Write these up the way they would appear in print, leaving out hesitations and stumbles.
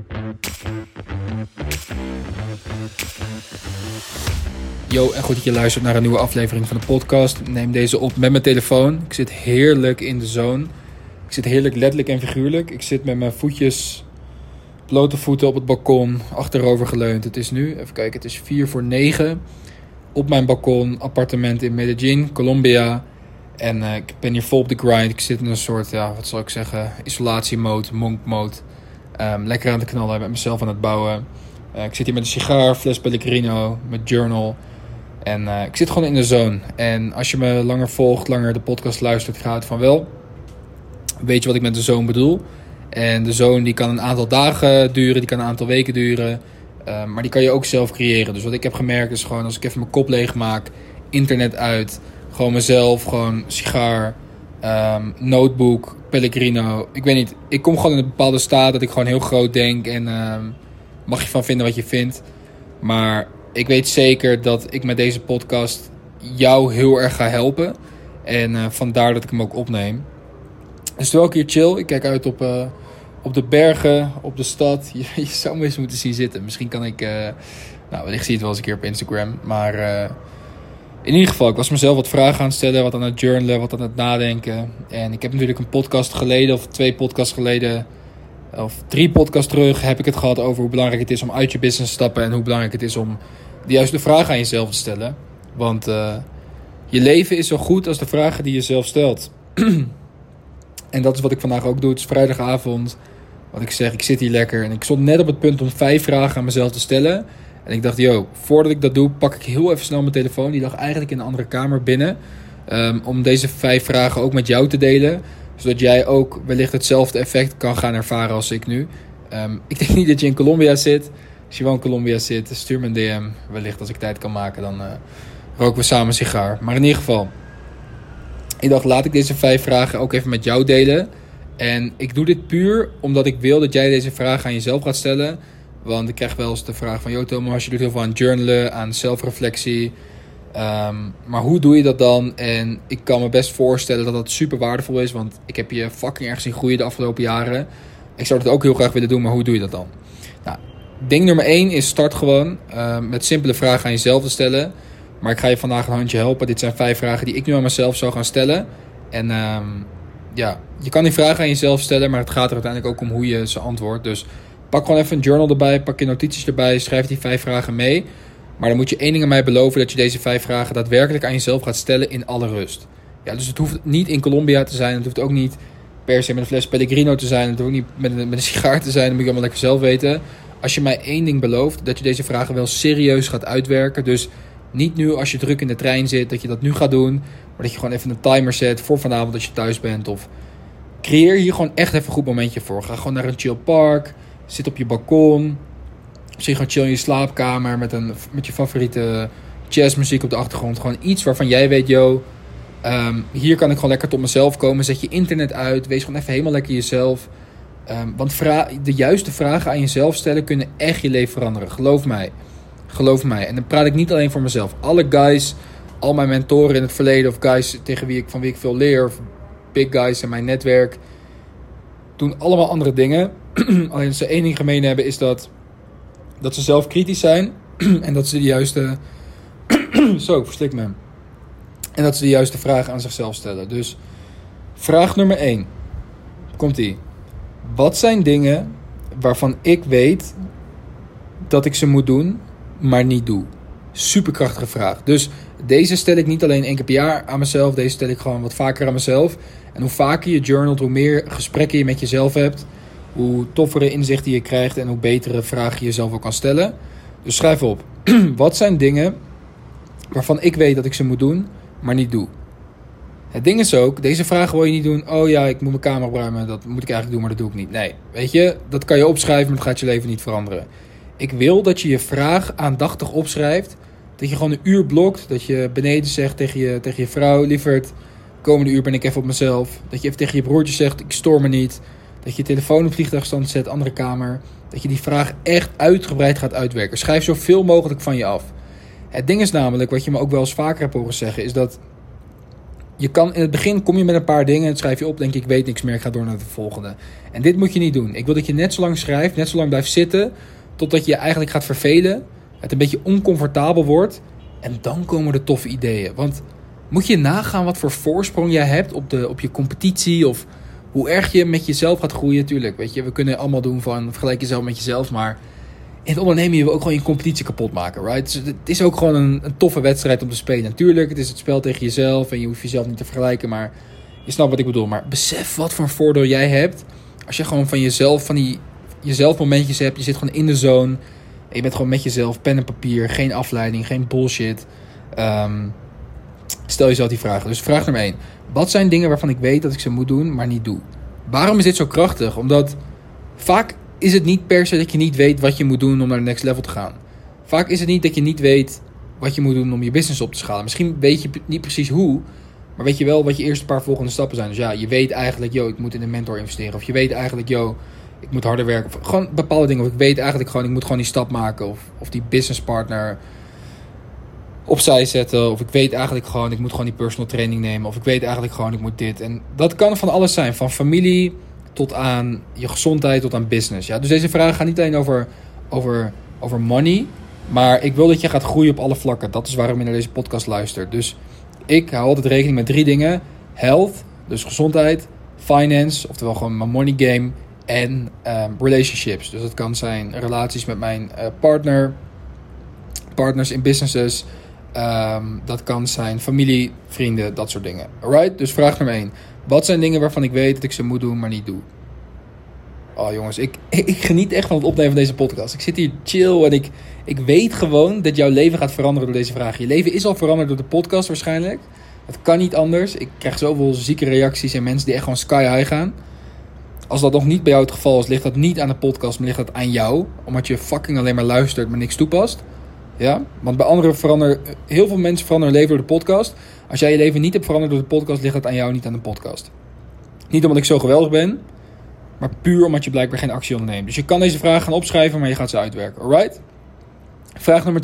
Yo, en goed dat je luistert naar een nieuwe aflevering van de podcast. Ik neem deze op met mijn telefoon. Ik zit heerlijk in de zone. Ik zit heerlijk letterlijk en figuurlijk. Ik zit met mijn voetjes, blote voeten op het balkon, achterover geleund. Het is nu, even kijken, het is 8:45. Op mijn balkon, appartement in Medellin, Colombia. En ik ben hier vol op de grind. Ik zit in een soort, wat zal ik zeggen, isolatiemode, monk-mode. Lekker aan het knallen, met mezelf aan het bouwen. Ik zit hier met een sigaar, fles Pellegrino, met journal. En ik zit gewoon in de zone. En als je me langer volgt, langer de podcast luistert, gaat het van wel. Weet je wat ik met de zone bedoel? En de zone die kan een aantal dagen duren, die kan een aantal weken duren. Maar die kan je ook zelf creëren. Dus wat ik heb gemerkt is gewoon, als ik even mijn kop leeg maak, internet uit, gewoon mezelf, gewoon sigaar, notebook, Pellegrino. Ik weet niet, ik kom gewoon in een bepaalde staat dat ik gewoon heel groot denk. En mag je van vinden wat je vindt. Maar ik weet zeker dat ik met deze podcast jou heel erg ga helpen. En vandaar dat ik hem ook opneem. Het is wel een keer chill. Ik kijk uit op de bergen, op de stad. Je zou me eens moeten zien zitten. Misschien kan ik... wellicht zie je het wel eens een keer op Instagram. Maar in ieder geval, ik was mezelf wat vragen aan het stellen. Wat aan het journalen, wat aan het nadenken. En ik heb natuurlijk een podcast geleden, of 2 podcasts geleden, of 3 podcasts terug, heb ik het gehad over hoe belangrijk het is om uit je business te stappen. En hoe belangrijk het is om de juiste vragen aan jezelf te stellen. Want je leven is zo goed als de vragen die je zelf stelt. En dat is wat ik vandaag ook doe. Het is vrijdagavond. Wat ik zeg, ik zit hier lekker. En ik stond net op het punt om 5 vragen aan mezelf te stellen. En ik dacht, voordat ik dat doe, pak ik heel even snel mijn telefoon. Die lag eigenlijk in een andere kamer binnen. Om deze 5 vragen ook met jou te delen. Zodat jij ook wellicht hetzelfde effect kan gaan ervaren als ik nu. Ik denk niet dat je in Colombia zit. Als je wel in Colombia zit, stuur me een DM. Wellicht als ik tijd kan maken, dan roken we samen een sigaar. Maar in ieder geval, ik dacht, laat ik deze 5 vragen ook even met jou delen. En ik doe dit puur omdat ik wil dat jij deze vragen aan jezelf gaat stellen. Want ik krijg wel eens de vraag van, Thomas, je doet heel veel aan journalen, aan zelfreflectie. Maar hoe doe je dat dan? En ik kan me best voorstellen dat dat super waardevol is. Want ik heb je fucking erg zien groeien de afgelopen jaren. Ik zou het ook heel graag willen doen, maar hoe doe je dat dan? Nou, ding nummer 1 is start gewoon met simpele vragen aan jezelf te stellen. Maar ik ga je vandaag een handje helpen. Dit zijn 5 vragen die ik nu aan mezelf zou gaan stellen. En je kan die vragen aan jezelf stellen, maar het gaat er uiteindelijk ook om hoe je ze antwoordt. Dus pak gewoon even een journal erbij, pak je notities erbij, schrijf die 5 vragen mee. Maar dan moet je 1 ding aan mij beloven, dat je deze 5 vragen daadwerkelijk aan jezelf gaat stellen in alle rust. Ja, dus het hoeft niet in Colombia te zijn, het hoeft ook niet per se met een fles Pellegrino te zijn, het hoeft ook niet met een sigaar te zijn, dat moet je allemaal lekker zelf weten. Als je mij 1 ding belooft, dat je deze vragen wel serieus gaat uitwerken. Dus niet nu als je druk in de trein zit, dat je dat nu gaat doen. Maar dat je gewoon even een timer zet voor vanavond als je thuis bent. Of creëer hier gewoon echt even een goed momentje voor. Ga gewoon naar een chill park. Zit op je balkon. Misschien gewoon chill in je slaapkamer met je favoriete jazzmuziek op de achtergrond. Gewoon iets waarvan jij weet, hier kan ik gewoon lekker tot mezelf komen. Zet je internet uit. Wees gewoon even helemaal lekker jezelf. Want de juiste vragen aan jezelf stellen kunnen echt je leven veranderen. Geloof mij. En dan praat ik niet alleen voor mezelf. Alle guys, al mijn mentoren in het verleden, of guys van wie ik veel leer, of big guys in mijn netwerk, doen allemaal andere dingen. Alleen als ze 1 ding gemeen hebben, is dat ze zelf kritisch zijn. En dat ze de juiste verslik me. En dat ze de juiste vragen aan zichzelf stellen. Dus vraag nummer 1. Komt-ie. Wat zijn dingen waarvan ik weet dat ik ze moet doen, maar niet doe? Superkrachtige vraag. Dus deze stel ik niet alleen 1 keer per jaar aan mezelf. Deze stel ik gewoon wat vaker aan mezelf. En hoe vaker je journalt, hoe meer gesprekken je met jezelf hebt, hoe toffere inzichten je krijgt en hoe betere vragen je jezelf ook kan stellen. Dus schrijf op. Wat zijn dingen waarvan ik weet dat ik ze moet doen, maar niet doe? Het ding is ook, deze vragen wil je niet doen. Oh ja, ik moet mijn kamer opruimen. Dat moet ik eigenlijk doen, maar dat doe ik niet. Nee, weet je, dat kan je opschrijven, maar dat gaat je leven niet veranderen. Ik wil dat je je vraag aandachtig opschrijft. Dat je gewoon een uur blokt. Dat je beneden zegt tegen je vrouw, lieverd, komende uur ben ik even op mezelf. Dat je even tegen je broertje zegt, ik stoor me niet. Dat je telefoon op vliegtuigstand zet, andere kamer. Dat je die vraag echt uitgebreid gaat uitwerken. Schrijf zoveel mogelijk van je af. Het ding is namelijk, wat je me ook wel eens vaker hebt horen zeggen, is dat je kan in het begin kom je met een paar dingen en schrijf je op, denk je, ik weet niks meer, ik ga door naar de volgende. En dit moet je niet doen. Ik wil dat je net zo lang schrijft, net zo lang blijft zitten, totdat je eigenlijk gaat vervelen, het een beetje oncomfortabel wordt en dan komen de toffe ideeën. Want moet je nagaan wat voor voorsprong jij hebt op je competitie of hoe erg je met jezelf gaat groeien. Tuurlijk, weet je, we kunnen allemaal doen van vergelijk jezelf met jezelf, maar in het ondernemen je wil ook gewoon je competitie kapot maken, right? Dus het is ook gewoon een toffe wedstrijd om te spelen. Natuurlijk, het is het spel tegen jezelf en je hoeft jezelf niet te vergelijken, maar je snapt wat ik bedoel. Maar besef wat voor een voordeel jij hebt als je gewoon van jezelf, van die jezelf momentjes hebt. Je zit gewoon in de zone en je bent gewoon met jezelf, pen en papier, geen afleiding, geen bullshit. Stel jezelf die vragen. Dus vraag nummer 1. Wat zijn dingen waarvan ik weet dat ik ze moet doen, maar niet doe? Waarom is dit zo krachtig? Omdat vaak is het niet per se dat je niet weet wat je moet doen om naar de next level te gaan. Vaak is het niet dat je niet weet wat je moet doen om je business op te schalen. Misschien weet je niet precies hoe, maar weet je wel wat je eerste paar volgende stappen zijn. Dus ja, je weet eigenlijk, ik moet in een mentor investeren. Of je weet eigenlijk, ik moet harder werken. Of gewoon bepaalde dingen. Of ik weet eigenlijk gewoon, ik moet gewoon die stap maken. Of die businesspartner opzij zetten. Of ik weet eigenlijk gewoon, ik moet gewoon die personal training nemen. Of ik weet eigenlijk gewoon, ik moet dit. En dat kan van alles zijn. Van familie tot aan je gezondheid, tot aan business. Ja? Dus deze vragen gaan niet alleen over money. Maar ik wil dat je gaat groeien op alle vlakken. Dat is waarom je naar deze podcast luistert. Dus ik hou altijd rekening met 3 dingen. Health, dus gezondheid. Finance, oftewel gewoon mijn money game. En relationships. Dus dat kan zijn relaties met mijn partners in businesses. Dat kan zijn familie, vrienden, dat soort dingen. Alright? Dus vraag nummer 1. Wat zijn dingen waarvan ik weet dat ik ze moet doen, maar niet doe? Oh jongens, ik geniet echt van het opnemen van deze podcast. Ik zit hier chill en ik weet gewoon dat jouw leven gaat veranderen door deze vraag. Je leven is al veranderd door de podcast waarschijnlijk. Het kan niet anders. Ik krijg zoveel zieke reacties en mensen die echt gewoon sky high gaan. Als dat nog niet bij jou het geval is, ligt dat niet aan de podcast, maar ligt dat aan jou. Omdat je fucking alleen maar luistert, maar niks toepast. Ja? Want bij anderen heel veel mensen veranderen hun leven door de podcast. Als jij je leven niet hebt veranderd door de podcast, ligt dat aan jou, niet aan de podcast. Niet omdat ik zo geweldig ben, maar puur omdat je blijkbaar geen actie onderneemt. Dus je kan deze vragen gaan opschrijven, maar je gaat ze uitwerken. Alright? Vraag nummer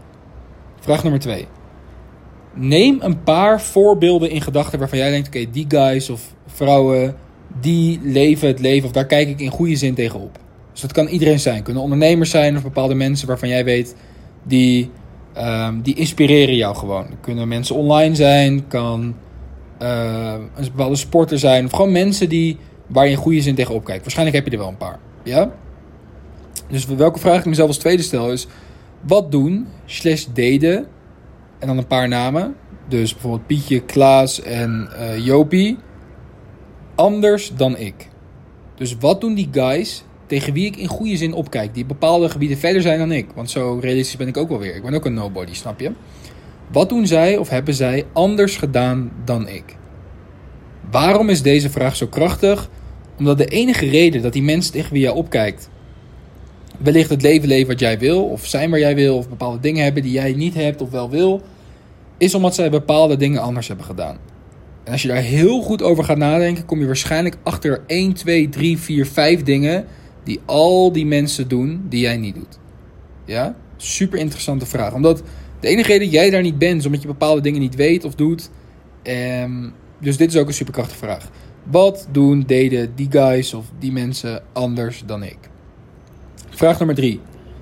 2. Neem een paar voorbeelden in gedachten waarvan jij denkt, oké, die guys of vrouwen, die leven het leven, of daar kijk ik in goede zin tegenop. Dus dat kan iedereen zijn. Kunnen ondernemers zijn of bepaalde mensen waarvan jij weet, die inspireren jou gewoon. Kunnen mensen online zijn, kan een bepaalde sporter zijn, of gewoon mensen waar je in goede zin tegenop kijkt. Waarschijnlijk heb je er wel een paar. Ja? Dus welke vraag ik mezelf als tweede stel is, wat doen / deden, en dan een paar namen, dus bijvoorbeeld Pietje, Klaas en Jopie, anders dan ik? Dus wat doen die guys tegen wie ik in goede zin opkijk, die bepaalde gebieden verder zijn dan ik? Want zo realistisch ben ik ook wel weer. Ik ben ook een nobody, snap je? Wat doen zij of hebben zij anders gedaan dan ik? Waarom is deze vraag zo krachtig? Omdat de enige reden dat die mensen tegen wie jij opkijkt wellicht het leven wat jij wil, of zijn waar jij wil, of bepaalde dingen hebben die jij niet hebt of wel wil, is omdat zij bepaalde dingen anders hebben gedaan. En als je daar heel goed over gaat nadenken, kom je waarschijnlijk achter 1, 2, 3, 4, 5 dingen die al die mensen doen die jij niet doet. Ja? Super interessante vraag. Omdat de enige reden dat jij daar niet bent, is omdat je bepaalde dingen niet weet of doet. Dus dit is ook een superkrachtige vraag. Wat deden die guys of die mensen anders dan ik? Vraag nummer 3.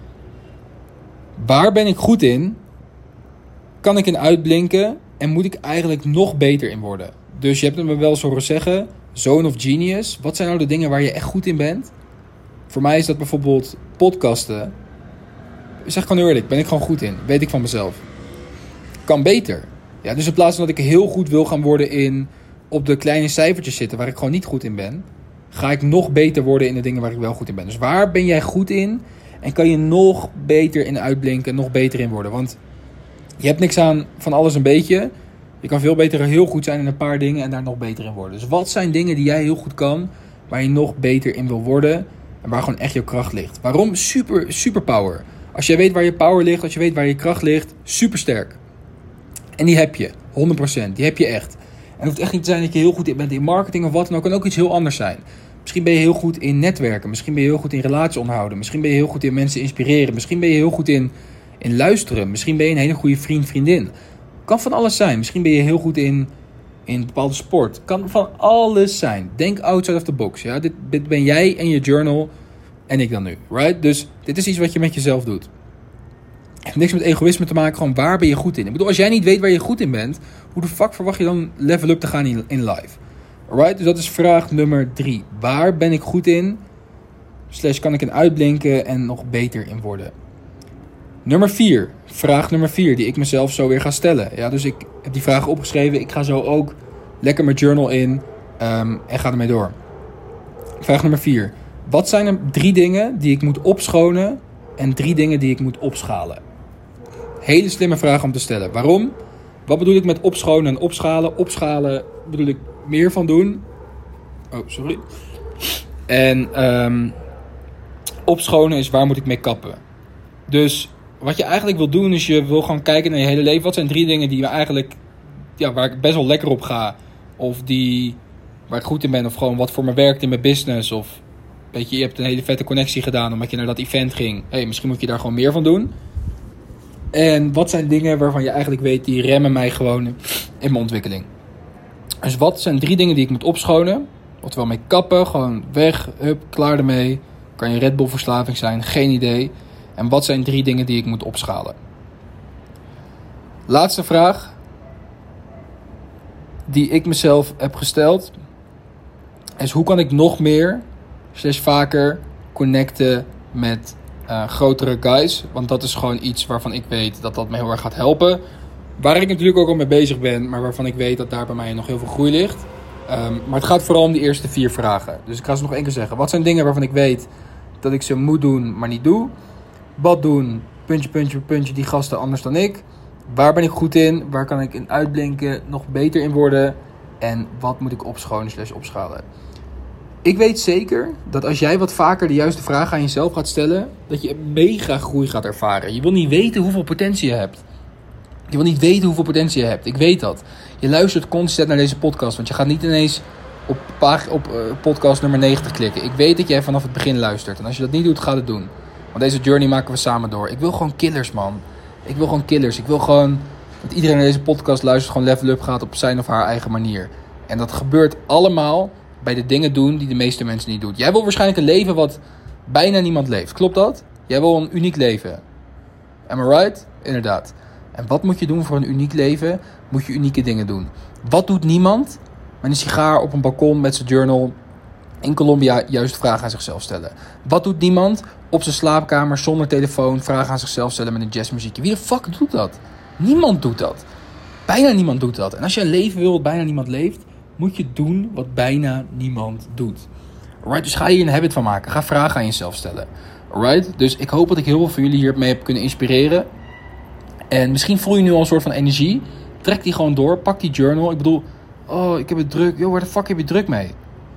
Waar ben ik goed in? Kan ik in uitblinken? En moet ik eigenlijk nog beter in worden? Dus je hebt het me wel eens horen zeggen, zone of genius. Wat zijn nou de dingen waar je echt goed in bent? Voor mij is dat bijvoorbeeld podcasten. Zeg gewoon eerlijk, ben ik gewoon goed in. Weet ik van mezelf. Kan beter. Ja, dus in plaats van dat ik heel goed wil gaan worden in op de kleine cijfertjes zitten waar ik gewoon niet goed in ben, ga ik nog beter worden in de dingen waar ik wel goed in ben. Dus waar ben jij goed in? En kan je nog beter in uitblinken, nog beter in worden? Want je hebt niks aan van alles een beetje. Je kan veel beter heel goed zijn in een paar dingen en daar nog beter in worden. Dus wat zijn dingen die jij heel goed kan, waar je nog beter in wil worden en waar gewoon echt jouw kracht ligt? Waarom? Super power. Als jij weet waar je power ligt, als je weet waar je kracht ligt, super sterk. En die heb je, 100%. Die heb je echt. En het hoeft echt niet te zijn dat je heel goed bent in marketing of wat dan ook. Het kan ook iets heel anders zijn. Misschien ben je heel goed in netwerken. Misschien ben je heel goed in relaties onderhouden. Misschien ben je heel goed in mensen inspireren. Misschien ben je heel goed in luisteren. Misschien ben je een hele goede vriendin. Kan van alles zijn. Misschien ben je heel goed in in een bepaalde sport. Kan van alles zijn. Denk outside of the box. Ja? Dit ben jij en je journal en ik dan nu. Right? Dus dit is iets wat je met jezelf doet. Het heeft niks met egoïsme te maken. Gewoon waar ben je goed in? Ik bedoel, als jij niet weet waar je goed in bent, hoe de fuck verwacht je dan level up te gaan in life? Alright? Dus dat is vraag nummer 3. Waar ben ik goed in? / kan ik in uitblinken en nog beter in worden? Nummer 4. Vraag nummer 4 die ik mezelf zo weer ga stellen. Ja, dus ik heb die vragen opgeschreven. Ik ga zo ook lekker mijn journal in en ga ermee door. Vraag nummer 4. Wat zijn er 3 dingen die ik moet opschonen en 3 dingen die ik moet opschalen? Hele slimme vraag om te stellen. Waarom? Wat bedoel ik met opschonen en opschalen? Opschalen bedoel ik meer van doen. Oh, sorry. En opschonen is waar moet ik mee kappen. Dus wat je eigenlijk wil doen is je wil gewoon kijken naar je hele leven. Wat zijn 3 dingen die je eigenlijk, ja, waar ik best wel lekker op ga. Of waar ik goed in ben. Of gewoon wat voor me werkt in mijn business. Of weet je hebt een hele vette connectie gedaan omdat je naar dat event ging. Hey, misschien moet je daar gewoon meer van doen. En wat zijn dingen waarvan je eigenlijk weet die remmen mij gewoon in mijn ontwikkeling. Dus wat zijn 3 dingen die ik moet opschonen? Oftewel mee kappen, gewoon weg, hup, klaar ermee. Kan je Red Bull verslaving zijn, geen idee. En wat zijn 3 dingen die ik moet opschalen? Laatste vraag die ik mezelf heb gesteld is: hoe kan ik nog meer / vaker connecten met grotere guys? Want dat is gewoon iets waarvan ik weet dat me heel erg gaat helpen. Waar ik natuurlijk ook al mee bezig ben, maar waarvan ik weet dat daar bij mij nog heel veel groei ligt. Maar het gaat vooral om die eerste 4 vragen. Dus ik ga ze nog 1 keer zeggen. Wat zijn dingen waarvan ik weet dat ik ze moet doen, maar niet doe? Wat doen? Puntje, puntje, puntje, die gasten anders dan ik. Waar ben ik goed in? Waar kan ik in uitblinken? Nog beter in worden? En wat moet ik opschonen / opschalen? Ik weet zeker dat als jij wat vaker de juiste vragen aan jezelf gaat stellen, dat je mega groei gaat ervaren. Je wil niet weten hoeveel potentie je hebt. Je wil niet weten hoeveel potentie je hebt. Ik weet dat. Je luistert constant naar deze podcast. Want je gaat niet ineens op podcast nummer 90 klikken. Ik weet dat jij vanaf het begin luistert. En als je dat niet doet, ga het doen. Want deze journey maken we samen door. Ik wil gewoon killers, man. Ik wil gewoon killers. Ik wil gewoon dat iedereen naar deze podcast luistert. Gewoon level up gaat op zijn of haar eigen manier. En dat gebeurt allemaal bij de dingen doen die de meeste mensen niet doen. Jij wil waarschijnlijk een leven wat bijna niemand leeft. Klopt dat? Jij wil een uniek leven. Am I right? Inderdaad. En wat moet je doen voor een uniek leven? Moet je unieke dingen doen. Wat doet niemand met een sigaar op een balkon met zijn journal in Colombia juist vragen aan zichzelf stellen? Wat doet niemand op zijn slaapkamer zonder telefoon vragen aan zichzelf stellen met een jazzmuziekje? Wie de fuck doet dat? Niemand doet dat. Bijna niemand doet dat. En als je een leven wil wat bijna niemand leeft, moet je doen wat bijna niemand doet. Alright, dus ga je hier een habit van maken. Ga vragen aan jezelf stellen. Alright, dus ik hoop dat ik heel veel van jullie hiermee heb kunnen inspireren. En misschien voel je nu al een soort van energie. Trek die gewoon door. Pak die journal. Ik bedoel, oh, ik heb het druk. Yo, waar de fuck heb je druk mee?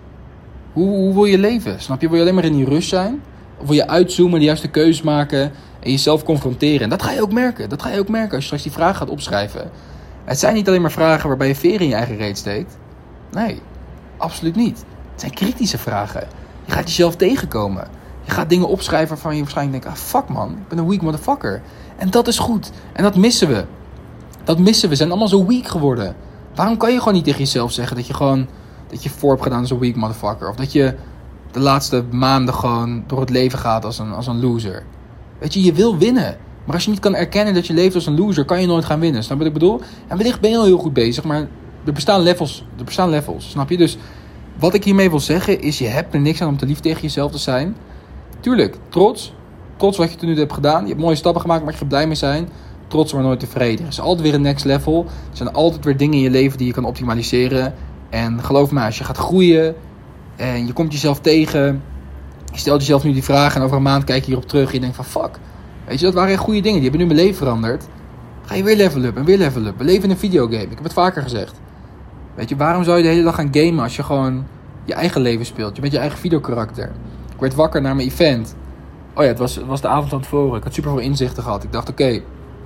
Hoe wil je leven? Snap je? Wil je alleen maar in die rust zijn? Of wil je uitzoomen, de juiste keuzes maken en jezelf confronteren? En dat ga je ook merken. Dat ga je ook merken als je straks die vragen gaat opschrijven. Het zijn niet alleen maar vragen waarbij je veren in je eigen reet steekt. Nee, absoluut niet. Het zijn kritische vragen. Je gaat jezelf tegenkomen. Je gaat dingen opschrijven waarvan je waarschijnlijk denkt: ah, fuck man, ik ben een weak motherfucker. En dat is goed. En dat missen we. Dat missen we. We zijn allemaal zo weak geworden. Waarom kan je gewoon niet tegen jezelf zeggen dat je voor hebt gedaan als een weak motherfucker? Of dat je de laatste maanden gewoon door het leven gaat als een loser? Weet je, je wil winnen. Maar als je niet kan erkennen dat je leeft als een loser, kan je nooit gaan winnen. Snap je wat ik bedoel? En wellicht ben je al heel goed bezig, maar er bestaan levels. Snap je? Dus wat ik hiermee wil zeggen is, je hebt er niks aan om te lief tegen jezelf te zijn. Tuurlijk, trots wat je tot nu toe hebt gedaan. Je hebt mooie stappen gemaakt, mag je blij mee zijn. Trots, maar nooit tevreden. Er is altijd weer een next level. Er zijn altijd weer dingen in je leven die je kan optimaliseren. En geloof me, als je gaat groeien en je komt jezelf tegen, je stelt jezelf nu die vraag en over een maand kijk je hierop terug en je denkt van fuck, weet je, dat waren echt goede dingen. Die hebben nu mijn leven veranderd. Ga je weer level up en weer level up. We leven in een videogame. Ik heb het vaker gezegd. Weet je, waarom zou je de hele dag gaan gamen als je gewoon je eigen leven speelt? Je bent je eigen videokarakter. Ik werd wakker naar mijn event. Oh ja, het was de avond van tevoren. Ik had super veel inzichten gehad. Ik dacht, oké,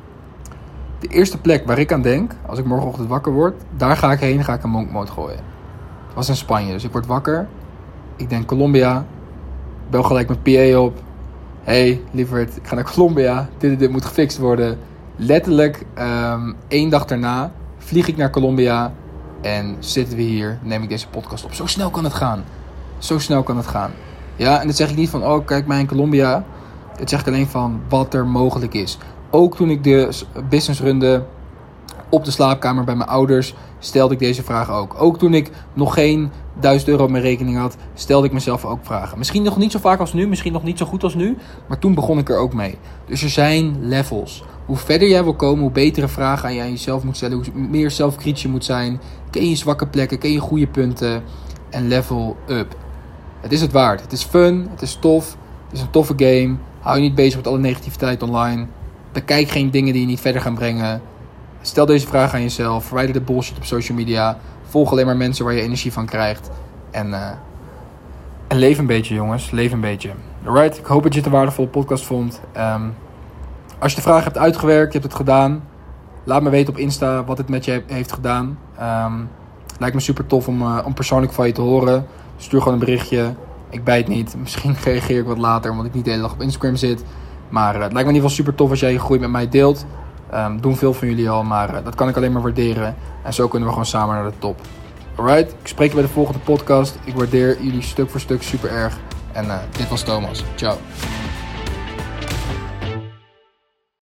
de eerste plek waar ik aan denk, als ik morgenochtend wakker word, daar ga ik heen, ga ik een monk mode gooien. Het was in Spanje, dus ik word wakker. Ik denk Colombia. Bel gelijk mijn PA op. Hey, lieverd, ik ga naar Colombia. Dit moet gefixt worden. Letterlijk 1 dag daarna vlieg ik naar Colombia. En zitten we hier, neem ik deze podcast op. Zo snel kan het gaan. Zo snel kan het gaan. Ja, en dat zeg ik niet van, oh kijk mij in Colombia. Dat zeg ik alleen van wat er mogelijk is. Ook toen ik de business runde op de slaapkamer bij mijn ouders, stelde ik deze vraag ook. Ook toen ik nog geen €1000 op mijn rekening had, stelde ik mezelf ook vragen. Misschien nog niet zo vaak als nu, misschien nog niet zo goed als nu, maar toen begon ik er ook mee. Dus er zijn levels. Hoe verder jij wil komen, hoe betere vragen je aan jezelf moet stellen, hoe meer zelfkritisch je moet zijn. Ken je zwakke plekken, ken je goede punten en level up. Het is het waard. Het is fun, het is tof, het is een toffe game. Hou je niet bezig met alle negativiteit online. Bekijk geen dingen die je niet verder gaan brengen. Stel deze vraag aan jezelf. Verwijder de bullshit op social media. Volg alleen maar mensen waar je energie van krijgt. En leef een beetje, jongens. Leef een beetje. Alright, ik hoop dat je het een waardevolle podcast vond. Als je de vraag hebt uitgewerkt, je hebt het gedaan. Laat me weten op Insta wat het met je heeft gedaan. Lijkt me super tof om persoonlijk van je te horen. Stuur gewoon een berichtje. Ik bijt niet. Misschien reageer ik wat later, omdat ik niet de hele dag op Instagram zit. Maar het lijkt me in ieder geval super tof als jij je groei met mij deelt. Doen veel van jullie al, maar dat kan ik alleen maar waarderen. En zo kunnen we gewoon samen naar de top. Alright, ik spreek je bij de volgende podcast. Ik waardeer jullie stuk voor stuk super erg. En dit was Thomas. Ciao.